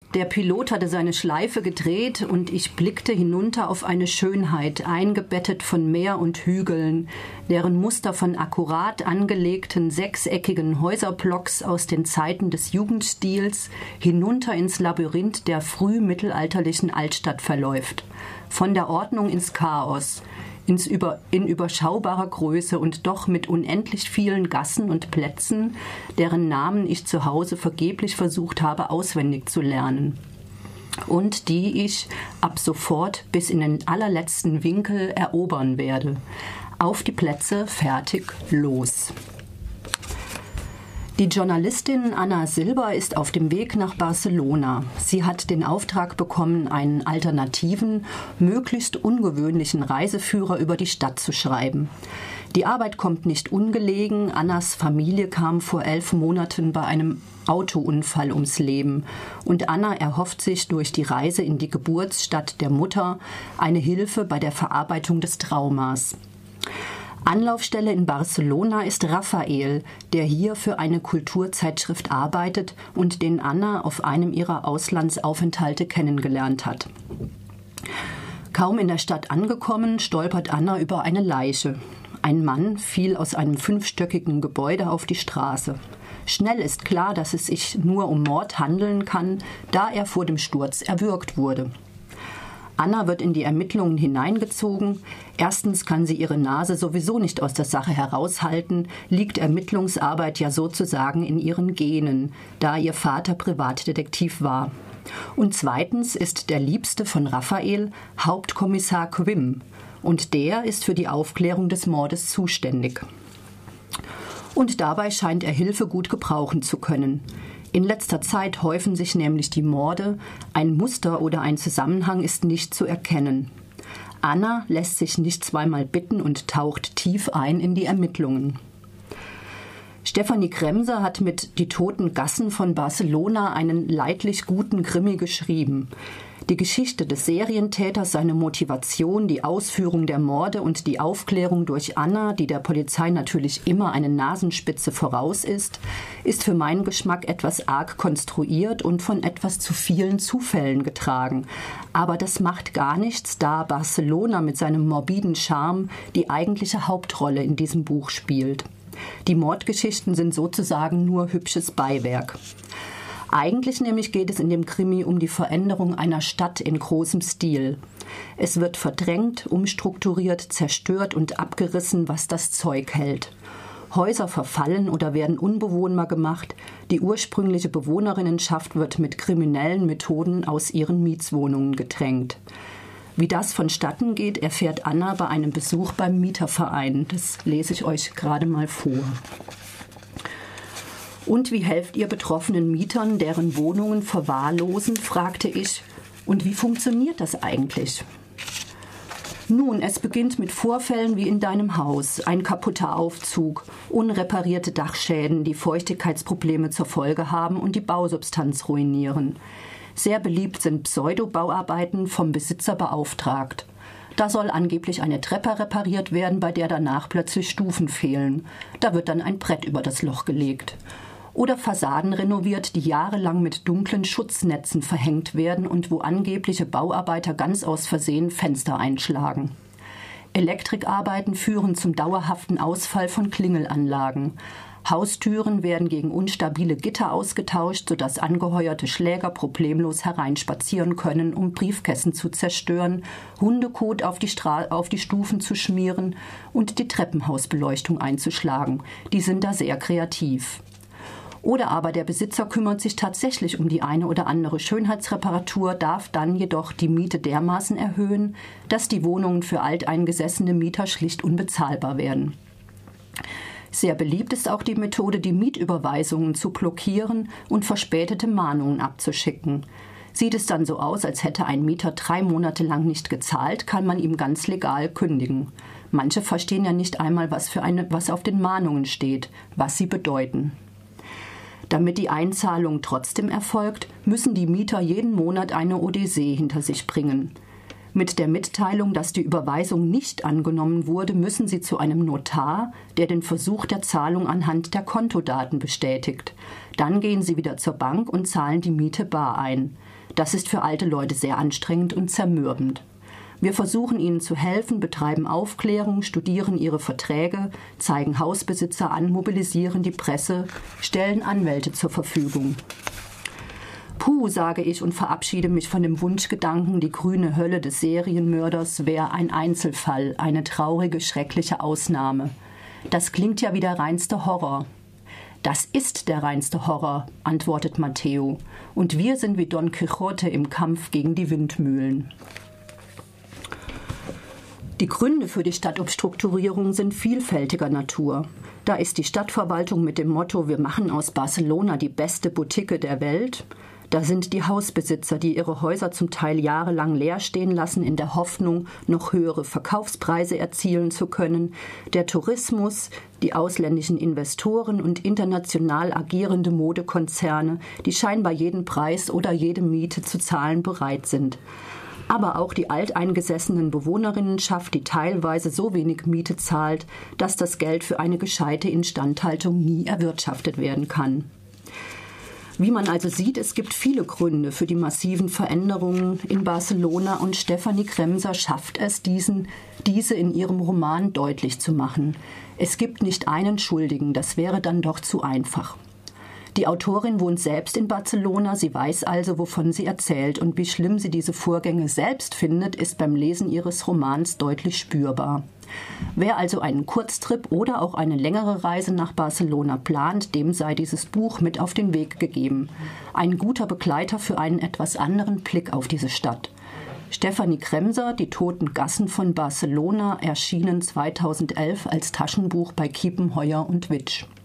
Der Pilot hatte seine Schleife gedreht und ich blickte hinunter auf eine Schönheit, eingebettet von Meer und Hügeln, deren Muster von akkurat angelegten sechseckigen Häuserblocks aus den Zeiten des Jugendstils hinunter ins Labyrinth der frühmittelalterlichen Altstadt verläuft. Von der Ordnung ins Chaos, in überschaubarer Größe und doch mit unendlich vielen Gassen und Plätzen, deren Namen ich zu Hause vergeblich versucht habe auswendig zu lernen und die ich ab sofort bis in den allerletzten Winkel erobern werde. Auf die Plätze, fertig, los! Die Journalistin Anna Silber ist auf dem Weg nach Barcelona. Sie hat den Auftrag bekommen, einen alternativen, möglichst ungewöhnlichen Reiseführer über die Stadt zu schreiben. Die Arbeit kommt nicht ungelegen. Annas Familie kam vor 11 Monaten bei einem Autounfall ums Leben. Und Anna erhofft sich durch die Reise in die Geburtsstadt der Mutter eine Hilfe bei der Verarbeitung des Traumas. Anlaufstelle in Barcelona ist Raphael, der hier für eine Kulturzeitschrift arbeitet und den Anna auf einem ihrer Auslandsaufenthalte kennengelernt hat. Kaum in der Stadt angekommen, stolpert Anna über eine Leiche. Ein Mann fiel aus einem 5-stöckigen Gebäude auf die Straße. Schnell ist klar, dass es sich nur um Mord handeln kann, da er vor dem Sturz erwürgt wurde. Anna wird in die Ermittlungen hineingezogen. Erstens kann sie ihre Nase sowieso nicht aus der Sache heraushalten, liegt Ermittlungsarbeit ja sozusagen in ihren Genen, da ihr Vater Privatdetektiv war. Und zweitens ist der Liebste von Raphael Hauptkommissar Quim, und der ist für die Aufklärung des Mordes zuständig. Und dabei scheint er Hilfe gut gebrauchen zu können. In letzter Zeit häufen sich nämlich die Morde, ein Muster oder ein Zusammenhang ist nicht zu erkennen. Anna lässt sich nicht zweimal bitten und taucht tief ein in die Ermittlungen. Stefanie Kremser hat mit Die toten Gassen von Barcelona einen leidlich guten Krimi geschrieben. Die Geschichte des Serientäters, seine Motivation, die Ausführung der Morde und die Aufklärung durch Anna, die der Polizei natürlich immer eine Nasenspitze voraus ist für meinen Geschmack etwas arg konstruiert und von etwas zu vielen Zufällen getragen. Aber das macht gar nichts, da Barcelona mit seinem morbiden Charme die eigentliche Hauptrolle in diesem Buch spielt. Die Mordgeschichten sind sozusagen nur hübsches Beiwerk. Eigentlich nämlich geht es in dem Krimi um die Veränderung einer Stadt in großem Stil. Es wird verdrängt, umstrukturiert, zerstört und abgerissen, was das Zeug hält. Häuser verfallen oder werden unbewohnbar gemacht. Die ursprüngliche Bewohnerinnenschaft wird mit kriminellen Methoden aus ihren Mietswohnungen gedrängt. Wie das vonstatten geht, erfährt Anna bei einem Besuch beim Mieterverein. Das lese ich euch gerade mal vor. Und wie helft ihr betroffenen Mietern, deren Wohnungen verwahrlosen, fragte ich. Und wie funktioniert das eigentlich? Nun, es beginnt mit Vorfällen wie in deinem Haus. Ein kaputter Aufzug, unreparierte Dachschäden, die Feuchtigkeitsprobleme zur Folge haben und die Bausubstanz ruinieren. Sehr beliebt sind Pseudobauarbeiten vom Besitzer beauftragt. Da soll angeblich eine Treppe repariert werden, bei der danach plötzlich Stufen fehlen. Da wird dann ein Brett über das Loch gelegt. Oder Fassaden renoviert, die jahrelang mit dunklen Schutznetzen verhängt werden und wo angebliche Bauarbeiter ganz aus Versehen Fenster einschlagen. Elektrikarbeiten führen zum dauerhaften Ausfall von Klingelanlagen. Haustüren werden gegen unstabile Gitter ausgetauscht, sodass angeheuerte Schläger problemlos hereinspazieren können, um Briefkästen zu zerstören, Hundekot auf die Stufen zu schmieren und die Treppenhausbeleuchtung einzuschlagen. Die sind da sehr kreativ. Oder aber der Besitzer kümmert sich tatsächlich um die eine oder andere Schönheitsreparatur, darf dann jedoch die Miete dermaßen erhöhen, dass die Wohnungen für alteingesessene Mieter schlicht unbezahlbar werden. Sehr beliebt ist auch die Methode, die Mietüberweisungen zu blockieren und verspätete Mahnungen abzuschicken. Sieht es dann so aus, als hätte ein Mieter 3 Monate lang nicht gezahlt, kann man ihm ganz legal kündigen. Manche verstehen ja nicht einmal, was auf den Mahnungen steht, was sie bedeuten. Damit die Einzahlung trotzdem erfolgt, müssen die Mieter jeden Monat eine Odyssee hinter sich bringen. Mit der Mitteilung, dass die Überweisung nicht angenommen wurde, müssen sie zu einem Notar, der den Versuch der Zahlung anhand der Kontodaten bestätigt. Dann gehen sie wieder zur Bank und zahlen die Miete bar ein. Das ist für alte Leute sehr anstrengend und zermürbend. Wir versuchen ihnen zu helfen, betreiben Aufklärung, studieren ihre Verträge, zeigen Hausbesitzer an, mobilisieren die Presse, stellen Anwälte zur Verfügung. Puh, sage ich und verabschiede mich von dem Wunschgedanken, die grüne Hölle des Serienmörders wäre ein Einzelfall, eine traurige, schreckliche Ausnahme. Das klingt ja wie der reinste Horror. Das ist der reinste Horror, antwortet Matteo, und wir sind wie Don Quixote im Kampf gegen die Windmühlen. Die Gründe für die Stadtumstrukturierung sind vielfältiger Natur. Da ist die Stadtverwaltung mit dem Motto, wir machen aus Barcelona die beste Boutique der Welt. Da sind die Hausbesitzer, die ihre Häuser zum Teil jahrelang leer stehen lassen, in der Hoffnung, noch höhere Verkaufspreise erzielen zu können. Der Tourismus, die ausländischen Investoren und international agierende Modekonzerne, die scheinbar jeden Preis oder jede Miete zu zahlen bereit sind. Aber auch die alteingesessenen Bewohnerinnenschaft, die teilweise so wenig Miete zahlt, dass das Geld für eine gescheite Instandhaltung nie erwirtschaftet werden kann. Wie man also sieht, es gibt viele Gründe für die massiven Veränderungen in Barcelona und Stefanie Kremser schafft es, diese in ihrem Roman deutlich zu machen. Es gibt nicht einen Schuldigen, das wäre dann doch zu einfach. Die Autorin wohnt selbst in Barcelona, sie weiß also, wovon sie erzählt, und wie schlimm sie diese Vorgänge selbst findet, ist beim Lesen ihres Romans deutlich spürbar. Wer also einen Kurztrip oder auch eine längere Reise nach Barcelona plant, dem sei dieses Buch mit auf den Weg gegeben. Ein guter Begleiter für einen etwas anderen Blick auf diese Stadt. Stefanie Kremser, Die toten Gassen von Barcelona, erschienen 2011 als Taschenbuch bei Kiepenheuer und Witsch.